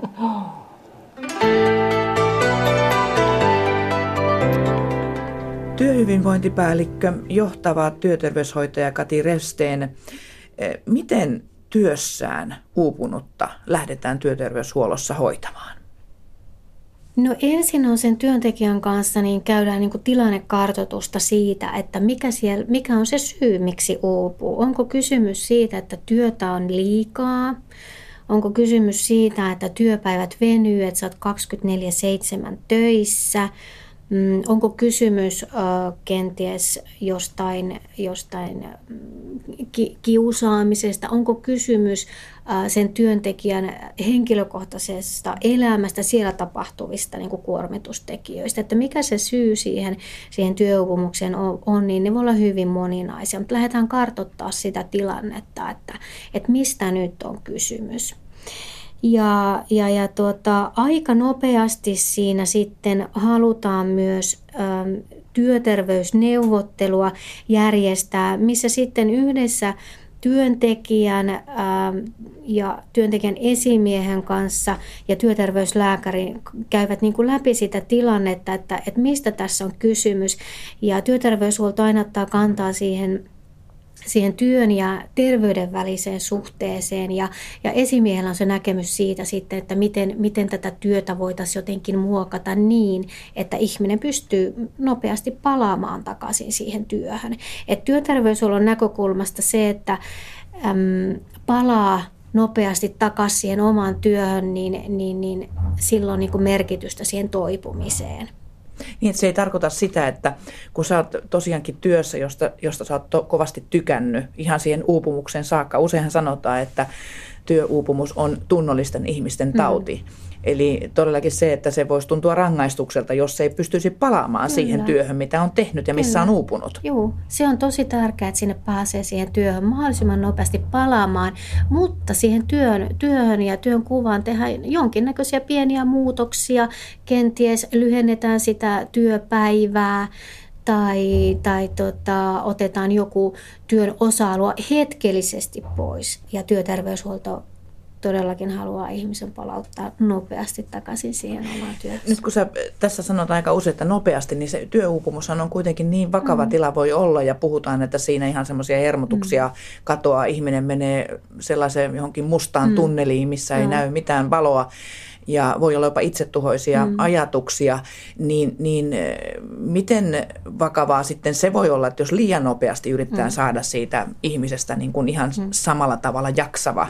Työhyvinvointipäällikkö, johtava työterveyshoitaja Kati Revsteen. Miten työssään uupunutta lähdetään työterveyshuollossa hoitamaan? Ensin on sen työntekijän kanssa, niin käydään niin kuin tilannekartoitusta siitä, että mikä on se syy, miksi uupuu. Onko kysymys siitä, että työtä on liikaa? Onko kysymys siitä, että työpäivät venyy, että sä oot 24/7 töissä? Onko kysymys kenties jostain kiusaamisesta? Onko kysymys sen työntekijän henkilökohtaisesta elämästä, siellä tapahtuvista niin kuin kuormitustekijöistä? Että mikä se syy siihen työuupumukseen on, niin ne voi olla hyvin moninaisia. Mutta lähdetään kartoittamaan sitä tilannetta, että mistä nyt on kysymys. Ja aika nopeasti siinä sitten halutaan myös työterveysneuvottelua järjestää, missä sitten yhdessä työntekijän ja työntekijän esimiehen kanssa ja työterveyslääkärin käyvät niin kuin läpi sitä tilannetta, että mistä tässä on kysymys. Ja työterveyshuolto aina ottaa kantaa siihen työn ja terveyden väliseen suhteeseen ja esimiehellä on se näkemys siitä sitten, että miten tätä työtä voitaisiin jotenkin muokata niin, että ihminen pystyy nopeasti palaamaan takaisin siihen työhön. Et työterveyshuollon näkökulmasta se, että palaa nopeasti takaisin siihen omaan työhön, niin sillä on niin kuin merkitystä siihen toipumiseen. Niin, että se ei tarkoita sitä, että kun sä oot tosiaankin työssä, josta sä oot kovasti tykännyt ihan siihen uupumukseen saakka. Useinhan sanotaan, että työuupumus on tunnollisten ihmisten tauti. Eli todellakin se, että se voisi tuntua rangaistukselta, jos ei pystyisi palaamaan siihen työhön, mitä on tehnyt ja missä on uupunut. Joo, se on tosi tärkeää, että sinne pääsee siihen työhön mahdollisimman nopeasti palaamaan, mutta siihen työhön ja työn kuvaan tehdään jonkinnäköisiä pieniä muutoksia, kenties lyhennetään sitä työpäivää, tai otetaan joku työn osa-alue hetkellisesti pois ja työterveyshuolto todellakin haluaa ihmisen palauttaa nopeasti takaisin siihen omaan työhön. Nyt kun sä tässä sanot aika usein, että nopeasti, niin se työuupumushan on kuitenkin niin vakava tila voi olla ja puhutaan, että siinä ihan semmoisia hermotuksia katoaa, ihminen menee sellaiseen johonkin mustaan tunneliin, missä ei näy mitään valoa ja voi olla jopa itsetuhoisia ajatuksia, niin miten vakavaa sitten se voi olla, että jos liian nopeasti yritetään saada siitä ihmisestä niin kuin ihan samalla tavalla jaksava?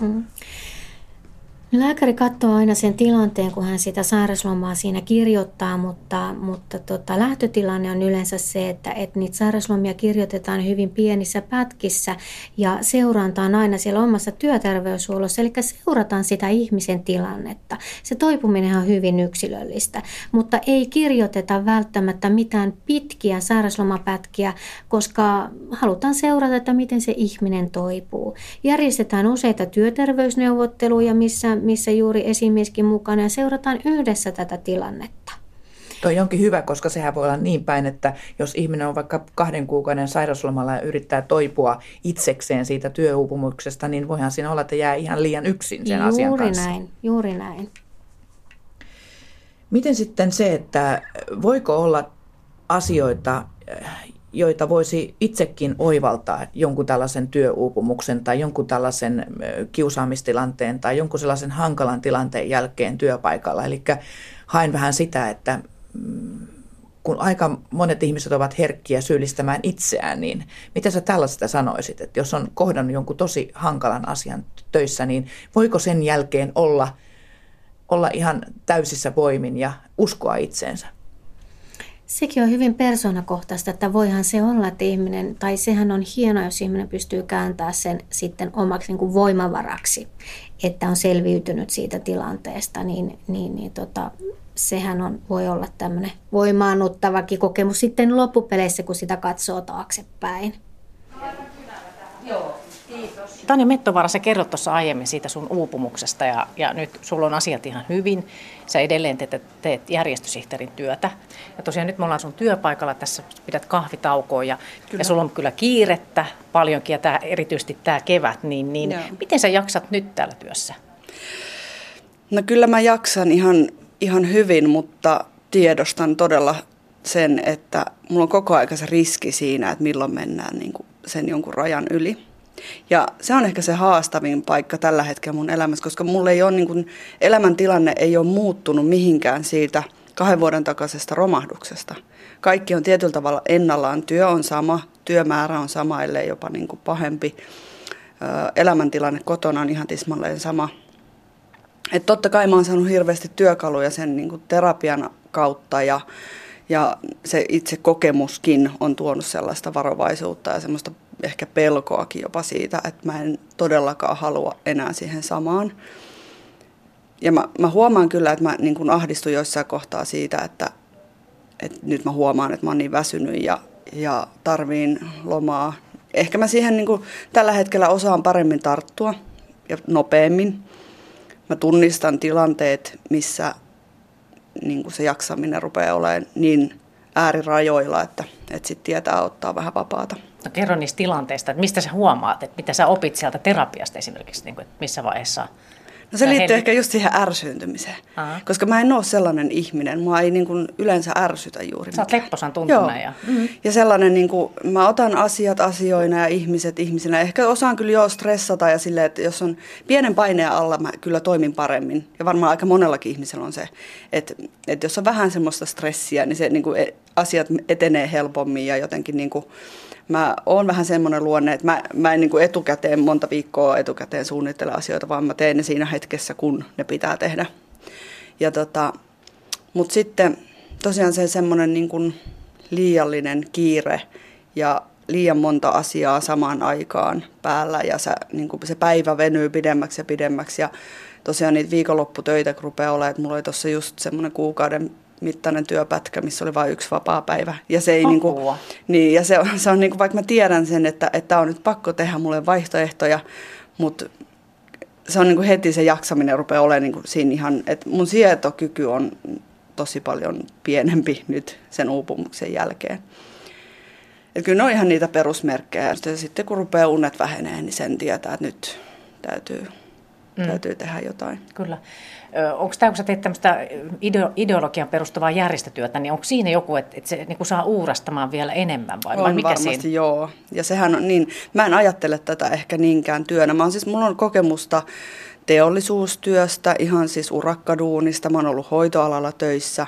Lääkäri katsoo aina sen tilanteen, kun hän sitä sairauslomaa siinä kirjoittaa, mutta lähtötilanne on yleensä se, että niitä sairauslomia kirjoitetaan hyvin pienissä pätkissä ja seuranta on aina siellä omassa työterveyshuollossa, eli seurataan sitä ihmisen tilannetta. Se toipuminen on hyvin yksilöllistä, mutta ei kirjoiteta välttämättä mitään pitkiä sairauslomapätkiä, koska halutaan seurata, että miten se ihminen toipuu. Järjestetään useita työterveysneuvotteluja, missä juuri esimieskin mukana ja seurataan yhdessä tätä tilannetta. Toi onkin hyvä, koska sehän voi olla niin päin, että jos ihminen on vaikka 2 kuukauden sairauslomalla ja yrittää toipua itsekseen siitä työuupumuksesta, niin voihan siinä olla, että jää ihan liian yksin sen asian kanssa. Juuri näin. Miten sitten se, että voiko olla asioita, joita voisi itsekin oivaltaa jonkun tällaisen työuupumuksen tai jonkun tällaisen kiusaamistilanteen tai jonkun sellaisen hankalan tilanteen jälkeen työpaikalla. Eli haen vähän sitä, että kun aika monet ihmiset ovat herkkiä syyllistämään itseään, niin mitä sä tällaista sanoisit, että jos on kohdannut jonkun tosi hankalan asian töissä, niin voiko sen jälkeen olla ihan täysissä voimin ja uskoa itseensä? Sekin on hyvin persoonakohtaista, että voihan se olla, että ihminen, tai sehän on hienoa, jos ihminen pystyy kääntämään sen sitten omaksi niin kuin voimavaraksi, että on selviytynyt siitä tilanteesta, sehän voi olla tämmöinen voimaannuttavakin kokemus sitten loppupeleissä, kun sitä katsoo taaksepäin. Tanja Mettovaara, sä kerrot tuossa aiemmin siitä sun uupumuksesta ja nyt sulla on asiat ihan hyvin. Sä edelleen teet järjestösihteerin työtä. Ja tosiaan nyt me ollaan sun työpaikalla, tässä pidät kahvitaukoa ja sulla on kyllä kiirettä paljonkin ja erityisesti tämä kevät. Niin miten sä jaksat nyt täällä työssä? No kyllä mä jaksan ihan hyvin, mutta tiedostan todella sen, että mulla on koko ajan se riski siinä, että milloin mennään niin kuin sen jonkun rajan yli. Ja se on ehkä se haastavin paikka tällä hetkellä mun elämässä, koska mulla ei ole niin kuin, elämäntilanne ei ole muuttunut mihinkään siitä 2 vuoden takaisesta romahduksesta. Kaikki on tietyllä tavalla ennallaan, työ on sama, työmäärä on sama, ellei jopa niin kuin pahempi. Elämäntilanne kotona on ihan tismalleen sama. Et totta kai mä oon saanut hirveästi työkaluja sen niin kuin terapian kautta ja Ja se itse kokemuskin on tuonut sellaista varovaisuutta ja semmoista ehkä pelkoakin jopa siitä, että mä en todellakaan halua enää siihen samaan. Ja mä huomaan kyllä, että mä niin kuin ahdistun joissain kohtaa siitä, että nyt mä huomaan, että mä oon niin väsynyt ja tarviin lomaa. Ehkä mä siihen niin kuin tällä hetkellä osaan paremmin tarttua ja nopeammin. Mä tunnistan tilanteet, missä niin kuin se jaksaminen rupeaa olemaan niin äärirajoilla, että sitten tietää ottaa vähän vapaata. No kerro niistä tilanteista, että mistä sä huomaat, että mitä sä opit sieltä terapiasta esimerkiksi, niin kuin, että missä vaiheessa. No se liittyy ehkä just siihen ärsyyntymiseen, koska mä en ole sellainen ihminen. Mua ei niin kuin yleensä ärsytä juuri. Sä oot lepposan tuntunut. Ja sellainen, niin kuin, mä otan asiat asioina ja ihmiset ihmisinä. Ehkä osaan kyllä jo stressata ja silleen, että jos on pienen paineen alla, mä kyllä toimin paremmin. Ja varmaan aika monellakin ihmisellä on se, että jos on vähän semmoista stressiä, niin se niin kuin, asiat etenee helpommin ja jotenkin niin kuin, mä oon vähän semmoinen luonne, että mä en niin kuin etukäteen, monta viikkoa etukäteen suunnittele asioita, vaan mä teen ne siinä hetkessä, kun ne pitää tehdä. Mutta sitten tosiaan se semmoinen niin kuin liiallinen kiire ja liian monta asiaa samaan aikaan päällä ja niin kuin se päivä venyy pidemmäksi ja pidemmäksi. Ja tosiaan niitä viikonlopputöitä, kun rupeaa olemaan, että mulla oli tuossa just semmoinen kuukauden mittainen työpätkä, missä oli vain yksi vapaa päivä. Ja se ei niin, ja se on niin kuin, vaikka mä tiedän sen, että on nyt pakko tehdä mulle vaihtoehtoja, mutta se on niin kuin heti se jaksaminen rupeaa olemaan niin kuin siinä ihan, että mun sietokyky on tosi paljon pienempi nyt sen uupumuksen jälkeen. Että kyllä ne on ihan niitä perusmerkkejä. Ja sitten kun rupeaa unet vähenee, niin sen tietää, että nyt täytyy tehdä jotain. Kyllä. Onko tämä, kun sä teet tämmöistä ideologian perustuvaa järjestötyötä, niin onko siinä joku, että se niin kuin saa uurastamaan vielä enemmän? Vai mikä varmasti siinä? Joo. Ja sehän on niin, mä en ajattele tätä ehkä niinkään työnä. Mulla on kokemusta teollisuustyöstä, ihan siis urakkaduunista. Mä oon ollut hoitoalalla töissä,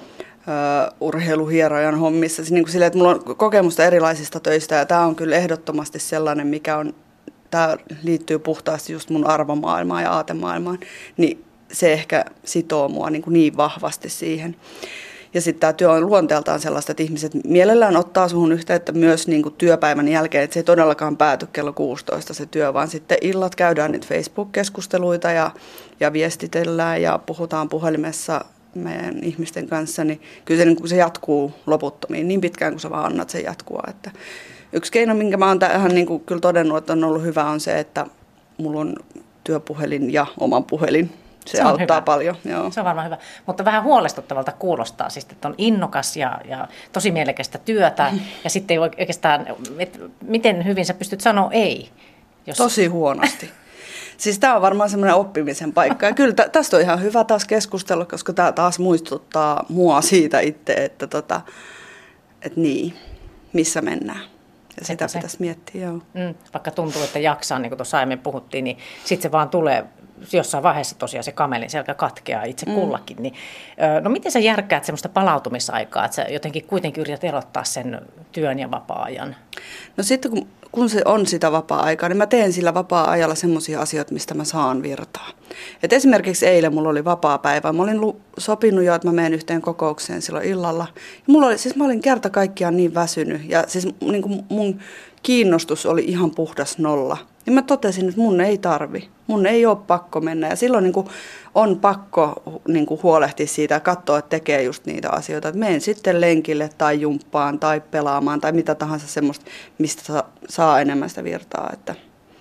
urheiluhierojan hommissa. Siis niin kuin silleen, että mulla on kokemusta erilaisista töistä ja tämä on kyllä ehdottomasti sellainen, tämä liittyy puhtaasti just mun arvomaailmaan ja aatemaailmaan, niin se ehkä sitoo mua niin vahvasti siihen. Ja sitten tämä työ on luonteeltaan sellaista, että ihmiset mielellään ottaa suhun yhteyttä myös niin kuin työpäivän jälkeen, että se ei todellakaan pääty kello 16 se työ, vaan sitten illat käydään niitä Facebook-keskusteluita ja viestitellään ja puhutaan puhelimessa meidän ihmisten kanssa, niin kyllä se jatkuu loputtomiin niin pitkään kuin sä vaan annat sen jatkua. Että yksi keino, minkä mä oon tähän niin kuin kyllä todennut, että on ollut hyvä, on se, että mulla on työpuhelin ja oman puhelin. Se auttaa hyvä. Paljon. Joo. Se on varmaan hyvä. Mutta vähän huolestuttavalta kuulostaa, siis, että on innokas ja tosi mielekästä työtä. Ja sitten ei oikeastaan, miten hyvin sä pystyt sanoa ei? Tosi huonosti. Siis tämä on varmaan semmoinen oppimisen paikka. Ja kyllä tästä on ihan hyvä taas keskustella, koska tämä taas muistuttaa mua siitä itse, että niin, missä mennään. Ja sitä pitäisi miettiä, joo. Vaikka tuntuu, että jaksaa, niin kuin tuossa aiemmin puhuttiin, niin sitten se vaan tulee jossain vaiheessa tosiaan se kamelin selkä katkeaa itse kullakin. Niin, no miten sä järkkäät semmoista palautumisaikaa, että sä jotenkin kuitenkin yrität erottaa sen työn ja vapaa-ajan? No sitten kun se on sitä vapaa-aikaa, niin mä teen sillä vapaa-ajalla semmoisia asioita, mistä mä saan virtaa. Et esimerkiksi eilen mulla oli vapaa-päivä. Mä olin sopinut jo, että mä menen yhteen kokoukseen silloin illalla. Ja mä olin kerta kaikkiaan niin väsynyt ja siis niin kuin mun kiinnostus oli ihan puhdas nolla. Ja mä totesin, että mun ei ole pakko mennä. Ja silloin niin kuin on pakko niin kuin huolehtia siitä ja katsoa, että tekee just niitä asioita. Että menen sitten lenkille tai jumppaan tai pelaamaan tai mitä tahansa semmoista, mistä saa enemmän sitä virtaa. Että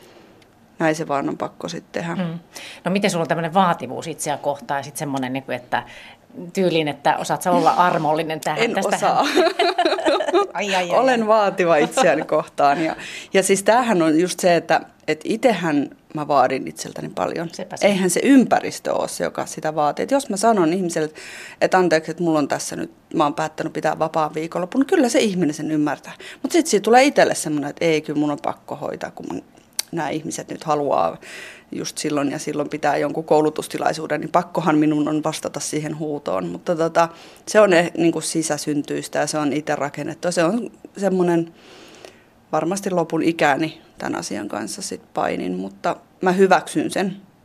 näin se vaan on pakko sitten tehdä. No miten sulla on tämmöinen vaativuus itseä kohtaan ja sitten semmoinen, että tyyliin, että osaat sä olla armollinen tähän? En osaa. Olen vaativa itseäni kohtaan. Ja siis tämähän on just se, että itsehän mä vaadin itseltäni paljon. Eihän se ympäristö ole se, joka sitä vaatii. Että jos mä sanon ihmiselle, että anteeksi, että mulla on tässä nyt, mä oon päättänyt pitää vapaan viikonlopun, niin kyllä se ihminen sen ymmärtää. Mutta sitten siitä tulee itselle semmoinen, että ei, kyllä mun on pakko hoitaa, kun nämä ihmiset nyt haluaa just silloin ja silloin pitää jonkun koulutustilaisuuden, niin pakkohan minun on vastata siihen huutoon. Mutta se on niin kuin sisäsyntyistä ja se on itse rakennettu. Se on semmoinen, varmasti lopun ikäni tämän asian kanssa sit painin, mutta mä hyväksyn sen,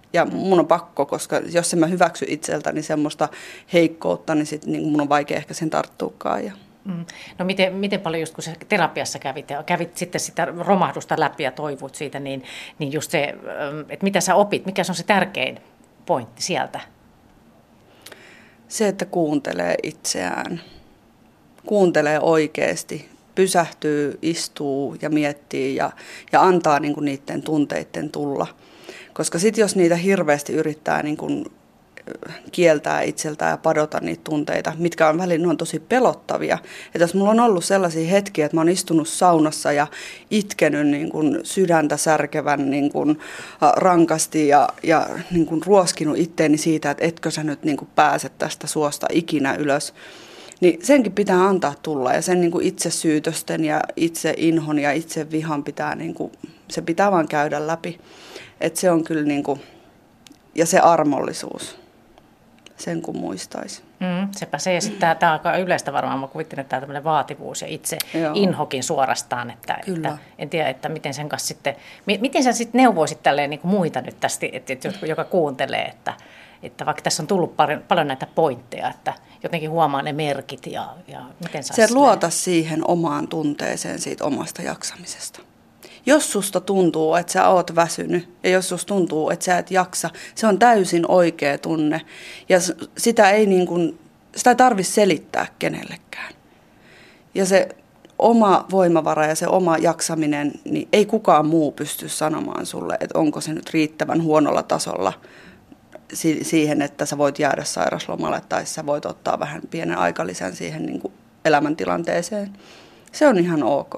Ja mun on pakko, koska jos en mä hyväksy itseltäni semmoista heikkoutta, niin sit niin mun on vaikea ehkä sen tarttuukaan. No miten paljon just kun sä terapiassa kävit sitten sitä romahdusta läpi ja toivuit siitä, niin just se, että mitä sä opit, mikä se on se tärkein pointti sieltä? Se, että kuuntelee itseään, kuuntelee oikeasti, pysähtyy, istuu ja miettii ja antaa niin kuin niiden tunteiden tulla. Koska sitten jos niitä hirveästi yrittää niin kuin kieltää itseltään ja padota niitä tunteita, mitkä on välillä, ne on tosi pelottavia. Että jos mulla on ollut sellaisia hetkiä, että mä oon istunut saunassa ja itkenyt niin kuin sydäntä särkevän niin kuin rankasti ja niin kuin ruoskinut itteeni siitä, että etkö sä nyt niin kuin pääse tästä suosta ikinä ylös, niin senkin pitää antaa tulla ja sen niin kuin itsesyytösten ja itse inhon ja itse vihan pitää, niin kuin, se pitää vaan käydä läpi. Että se on kyllä niin kuin, ja se armollisuus, sen kun muistaisi. Sepä se, ja sitten tämä on aika yleistä varmaan, mä kuvittelen, että tämä tämmöinen vaativuus ja itse inhokin suorastaan, että en tiedä, että miten sen kanssa sitten, miten sä sitten neuvoisit tälleen niin kuin muita nyt tästä, että joka kuuntelee, että vaikka tässä on tullut paljon näitä pointteja, että jotenkin huomaa ne merkit ja miten saisi... Se luota siihen omaan tunteeseen siitä omasta jaksamisesta. Jos susta tuntuu, että sä oot väsynyt ja jos susta tuntuu, että sä et jaksa, se on täysin oikea tunne ja sitä ei tarvitse selittää kenellekään. Ja se oma voimavara ja se oma jaksaminen, niin ei kukaan muu pysty sanomaan sulle, että onko se nyt riittävän huonolla tasolla siihen, että sä voit jäädä sairaslomalle tai sä voit ottaa vähän pienen aikalisän siihen niin kuin elämäntilanteeseen. Se on ihan ok.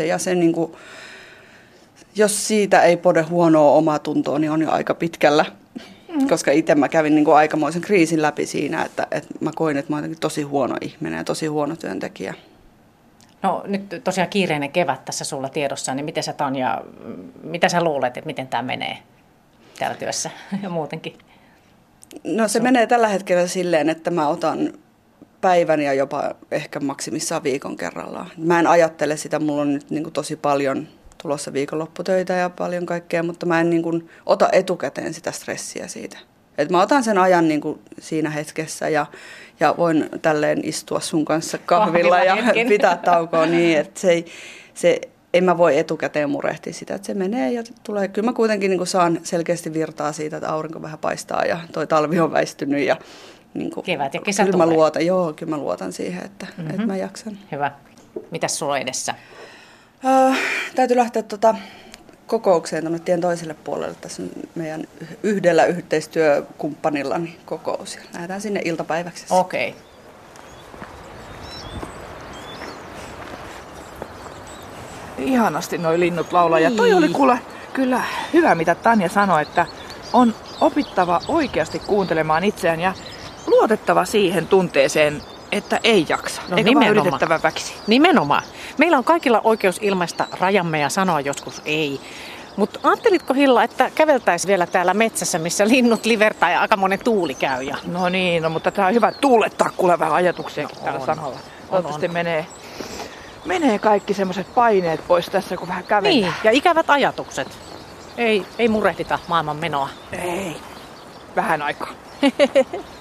Jos siitä ei pode huonoa omaa tuntoa, niin on jo aika pitkällä. Koska itse mä kävin niin kuin aikamoisen kriisin läpi siinä, että mä koin, että mä oon tosi huono ihminen ja tosi huono työntekijä. No nyt tosiaan kiireinen kevät tässä sulla tiedossa, niin miten sä Tanja, mitä sä luulet, että miten tämä menee täällä työssä ja muutenkin? No se menee tällä hetkellä silleen, että mä otan päivän ja jopa ehkä maksimissaan viikon kerrallaan. Mä en ajattele sitä, mulla on nyt niin kuin tosi paljon tulossa viikonlopputöitä ja paljon kaikkea, mutta mä en niin kuin ota etukäteen sitä stressiä siitä. Et mä otan sen ajan niin kuin siinä hetkessä ja voin tälleen istua sun kanssa kahvilla ja pitää taukoa niin, että en mä voi etukäteen murehtia sitä, että se menee ja tulee. Kyllä mä kuitenkin niin kuin saan selkeästi virtaa siitä, että aurinko vähän paistaa ja toi talvi on väistynyt ja niin kuin, kevät ja kesä kyllä tulee. Kyllä mä luotan siihen, että mä jaksan. Hyvä. Mitäs sulla on edessä? Täytyy lähteä kokoukseen tuonne tien toiselle puolelle. Tässä on meidän yhdellä yhteistyökumppanillani kokous. Ja lähdetään sinne iltapäiväksi. Okei. Ihanasti noi linnut laulaa. Ja toi oli kyllä hyvä, mitä Tanja sanoi, että on opittava oikeasti kuuntelemaan itseään ja luotettava siihen tunteeseen, että ei jaksa. No, eikä vaan yritettävä väkisin. Nimenomaan. Meillä on kaikilla oikeus ilmaista rajamme ja sanoa joskus ei. Mutta ajattelitko Hilla, että käveltäisiin vielä täällä metsässä, missä linnut livertaa ja aika monen tuuli käy? No niin, mutta tämä on hyvä tuulettaa kuule vähän ajatuksiakin täällä sanalla. Toivottavasti menee kaikki semmoiset paineet pois tässä, kun vähän kävellään. Niin, ja ikävät ajatukset. Ei murehdita maailman menoa. Ei, vähän aikaa.